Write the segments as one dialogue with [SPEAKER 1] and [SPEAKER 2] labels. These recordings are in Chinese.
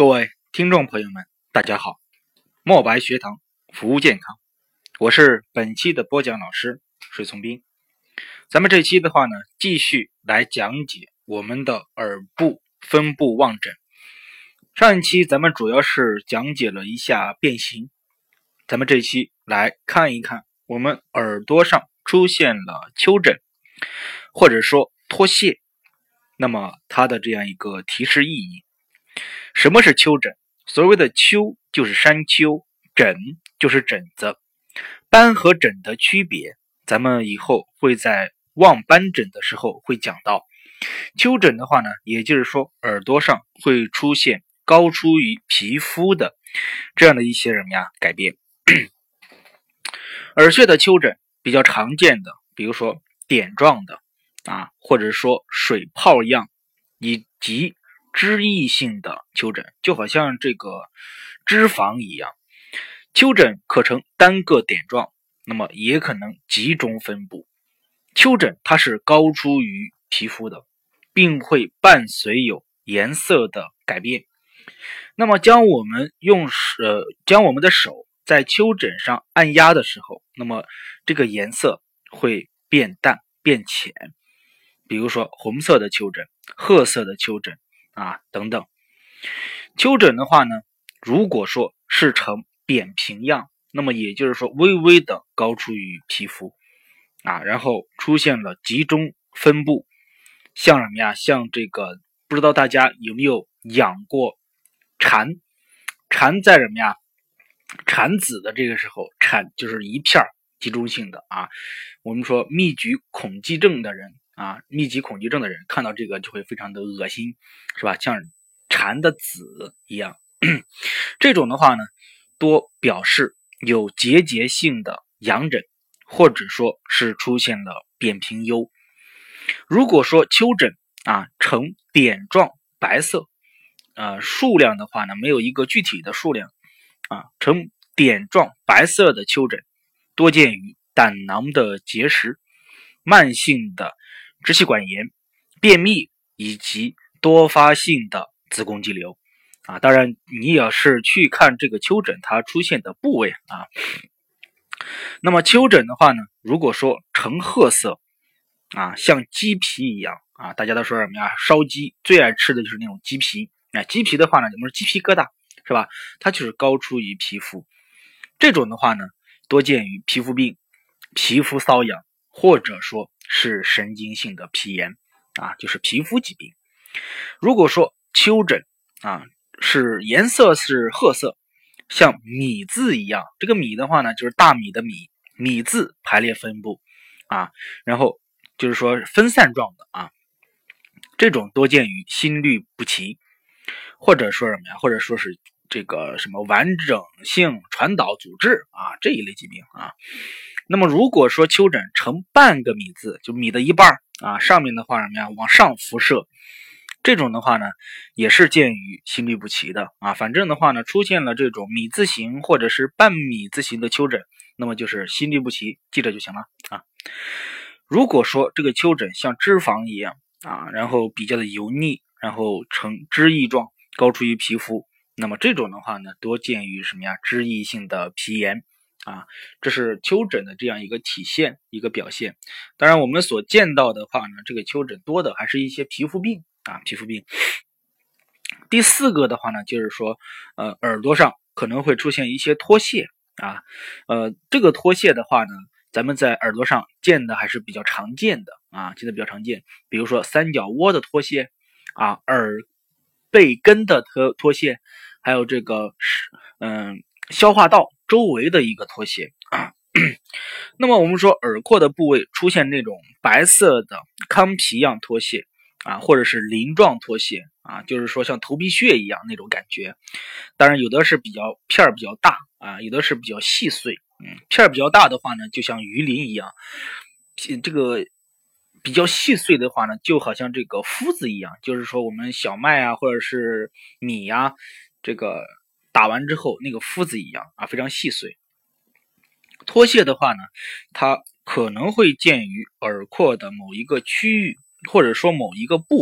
[SPEAKER 1] 各位听众朋友们，大家好，墨白学堂服务健康，我是本期的播讲老师水从斌。咱们这期的话呢，继续来讲解我们的耳部分布望诊。上一期咱们主要是讲解了一下变形，咱们这期来看一看我们耳朵上出现了丘疹，或者说脱屑，那么它的这样一个提示意义。什么是丘疹？所谓的丘就是山丘，疹就是疹子。斑和疹的区别，咱们以后会在望斑疹的时候会讲到。丘疹的话呢，也就是说耳朵上会出现高出于皮肤的这样的一些改变。耳穴的丘疹比较常见的，比如说点状的或者说水泡样，以及脂溢性的丘疹，就好像这个脂肪一样。丘疹可呈单个点状，那么也可能集中分布。丘疹它是高出于皮肤的，并会伴随有颜色的改变。那么将我们的手在丘疹上按压的时候，那么这个颜色会变淡变浅，比如说红色的丘疹、褐色的丘疹等等。丘疹的话呢，如果说是呈扁平样，那么也就是说微微的高出于皮肤然后出现了集中分布，像像这个，不知道大家有没有养过蝉？蝉在产子的这个时候，产就是一片集中性的我们说密集恐惧症的人看到这个就会非常的恶心，是吧？像蝉的子一样。这种的话呢，多表示有结节性的痒疹，或者说是出现了扁平疣。如果说丘疹呈点状白色，数量的话呢，没有一个具体的数量呈点状白色的丘疹，多见于胆囊的结石、慢性的支气管炎、便秘以及多发性的子宫肌瘤当然你也是去看这个丘疹它出现的部位那么丘疹的话呢，如果说呈褐色像鸡皮一样大家都说烧鸡最爱吃的就是那种鸡皮鸡皮的话呢，我们说鸡皮疙瘩是吧？它就是高出于皮肤。这种的话呢，多见于皮肤病、皮肤瘙痒，或者说是神经性的皮炎就是皮肤疾病。如果说丘疹是颜色是褐色，像米字一样，这个米的话呢，就是大米的米，米字排列分布然后就是说分散状的这种多见于心律不齐，或者说或者说是这个什么完整性传导阻滞这一类疾病那么如果说丘疹呈半个米字，就米的一半上面的话往上辐射，这种的话呢，也是见于心律不齐的反正的话呢，出现了这种米字形或者是半米字形的丘疹，那么就是心律不齐，记着就行了如果说这个丘疹像脂肪一样然后比较的油腻，然后呈脂溢状，高出于皮肤，那么这种的话呢，多见于脂溢性的皮炎这是丘疹的这样一个体现，一个表现。当然我们所见到的话呢，这个丘疹多的还是一些皮肤病皮肤病。第四个的话呢，就是说耳朵上可能会出现一些脱屑这个脱屑的话呢，咱们在耳朵上见的还是比较常见的见的比较常见，比如说三角窝的脱屑耳背根的脱屑，还有这个消化道周围的一个脱屑那么我们说耳廓的部位出现那种白色的糠皮样脱屑或者是鳞状脱屑就是说像头皮屑一样那种感觉。当然有的是片儿比较大有的是比较细碎片儿比较大的话呢，就像鱼鳞一样，这个比较细碎的话呢，就好像这个麸子一样，就是说我们小麦或者是米这个打完之后那个麸子一样非常细碎。脱屑的话呢，它可能会见于耳廓的某一个区域，或者说某一个部位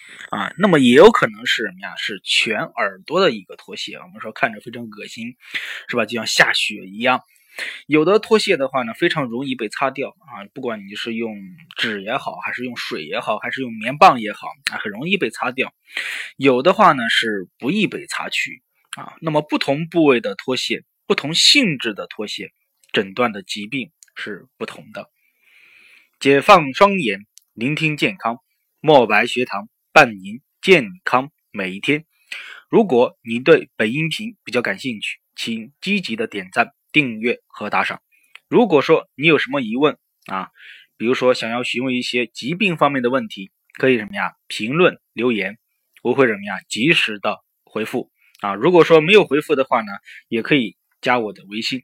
[SPEAKER 1] 那么也有可能是什么呀？是全耳朵的一个脱屑，我们说看着非常恶心，是吧？就像下雪一样。有的脱屑的话呢，非常容易被擦掉不管你是用纸也好，还是用水也好，还是用棉棒也好很容易被擦掉。有的话呢是不易被擦去那么不同部位的脱屑，不同性质的脱屑，诊断的疾病是不同的。解放双眼，聆听健康，墨白学堂伴您健康每一天。如果你对本音频比较感兴趣，请积极的点赞、订阅和打赏。如果说你有什么疑问比如说想要询问一些疾病方面的问题，可以什么呀？评论留言，我会什么呀？及时的回复如果说没有回复的话呢，也可以加我的微信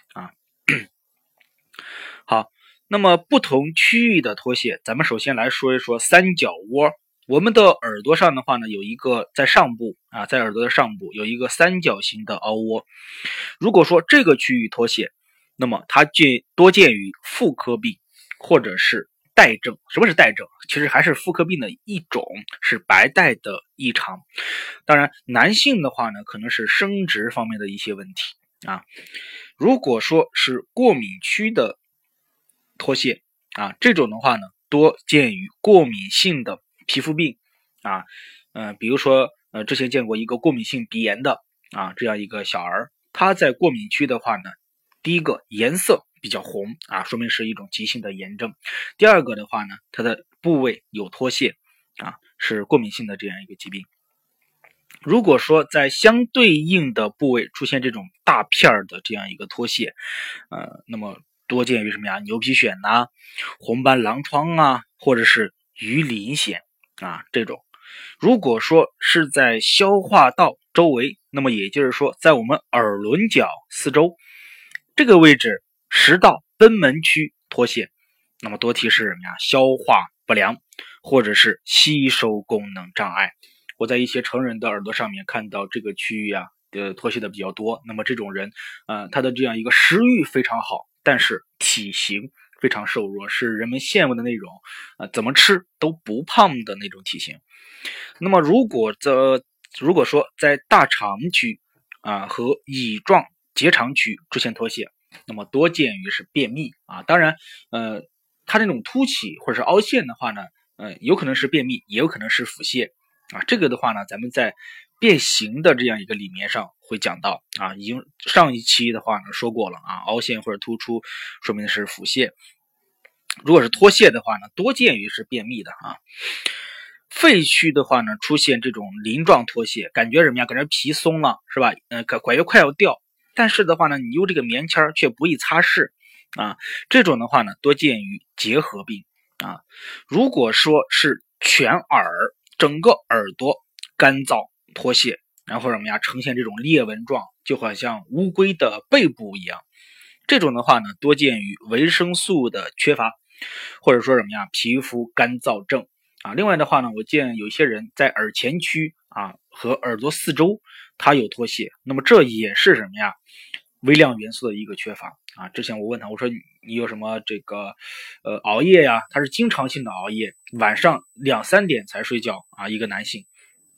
[SPEAKER 1] 好，那么不同区域的脱屑，咱们首先来说一说三角窝。我们的耳朵上的话呢，有一个在上部在耳朵的上部有一个三角形的凹窝。如果说这个区域脱屑，那么它多见于妇科病或者是带症。什么是带症？其实还是妇科病的一种，是白带的异常。当然，男性的话呢，可能是生殖方面的一些问题如果说是过敏区的脱屑这种的话呢，多见于过敏性的皮肤病比如说之前见过一个过敏性鼻炎的这样一个小儿，他在过敏区的话呢，第一个颜色比较红说明是一种急性的炎症。第二个的话呢，它的部位有脱屑是过敏性的这样一个疾病。如果说在相对应的部位出现这种大片的这样一个脱屑那么多见于什么呀？牛皮癣红斑狼疮或者是鱼鳞癣这种。如果说是在消化道周围，那么也就是说在我们耳轮角四周这个位置食道贲门区脱屑，那么多提示什么呀？消化不良或者是吸收功能障碍。我在一些成人的耳朵上面看到这个区域脱屑的比较多，那么这种人他的这样一个食欲非常好，但是体型非常瘦弱，是人们羡慕的那种怎么吃都不胖的那种体型。那么如果说在大肠区和乙状结肠区出现脱屑，那么多见于是便秘当然它这种凸起或者是凹陷的话呢有可能是便秘，也有可能是腹泻这个的话呢，咱们在变形的这样一个里面上会讲到已经上一期的话呢说过了凹陷或者突出说明的是腹泻。如果是脱屑的话呢，多见于是便秘的肺区的话呢，出现这种鳞状脱屑，感觉什么呀？感觉皮松了，是吧？感觉快要掉，但是的话呢，你用这个棉签却不易擦拭这种的话呢，多见于结核病如果说是全耳整个耳朵干燥脱屑，然后什么呀，呈现这种裂纹状，就好像乌龟的背部一样，这种的话呢，多见于维生素的缺乏，或者说什么呀，皮肤干燥症另外的话呢，我见有些人在耳前区和耳朵四周它有脱屑，那么这也是什么呀？微量元素的一个缺乏之前我问他，我说你有什么这个熬夜呀？他是经常性的熬夜，晚上2、3点才睡觉一个男性。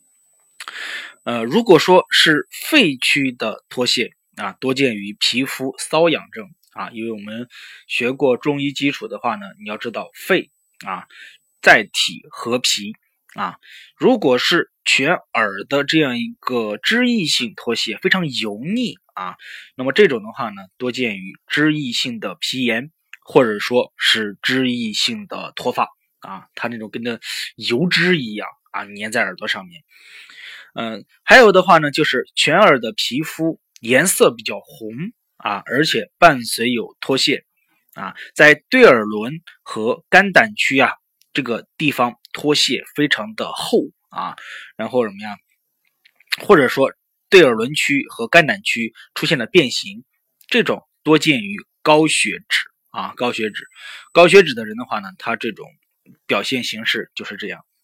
[SPEAKER 1] 如果说是肺区的脱屑多见于皮肤瘙痒症因为我们学过中医基础的话呢，你要知道肺在体和脾如果是全耳的这样一个脂溢性脱屑，非常油腻那么这种的话呢，多见于脂溢性的皮炎，或者说是脂溢性的脱发它那种跟着油脂一样粘在耳朵上面。还有的话呢，就是全耳的皮肤颜色比较红而且伴随有脱屑在对耳轮和肝胆区这个地方脱屑非常的厚然后什么呀？或者说对耳轮区和肝胆区出现了变形，这种多见于高血脂高血脂的人的话呢，他这种表现形式就是这样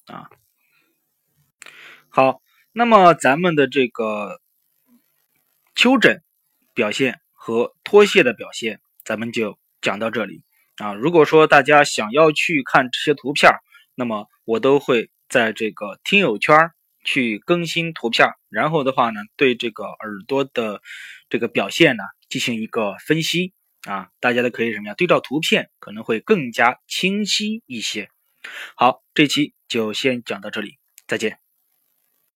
[SPEAKER 1] 好，那么咱们的这个丘疹表现和脱屑的表现，咱们就讲到这里如果说大家想要去看这些图片，那么我都会在这个听友圈去更新图片，然后的话呢，对这个耳朵的这个表现呢进行一个分析啊，大家都可以什么呀？对照图片可能会更加清晰一些。好，这期就先讲到这里，再见。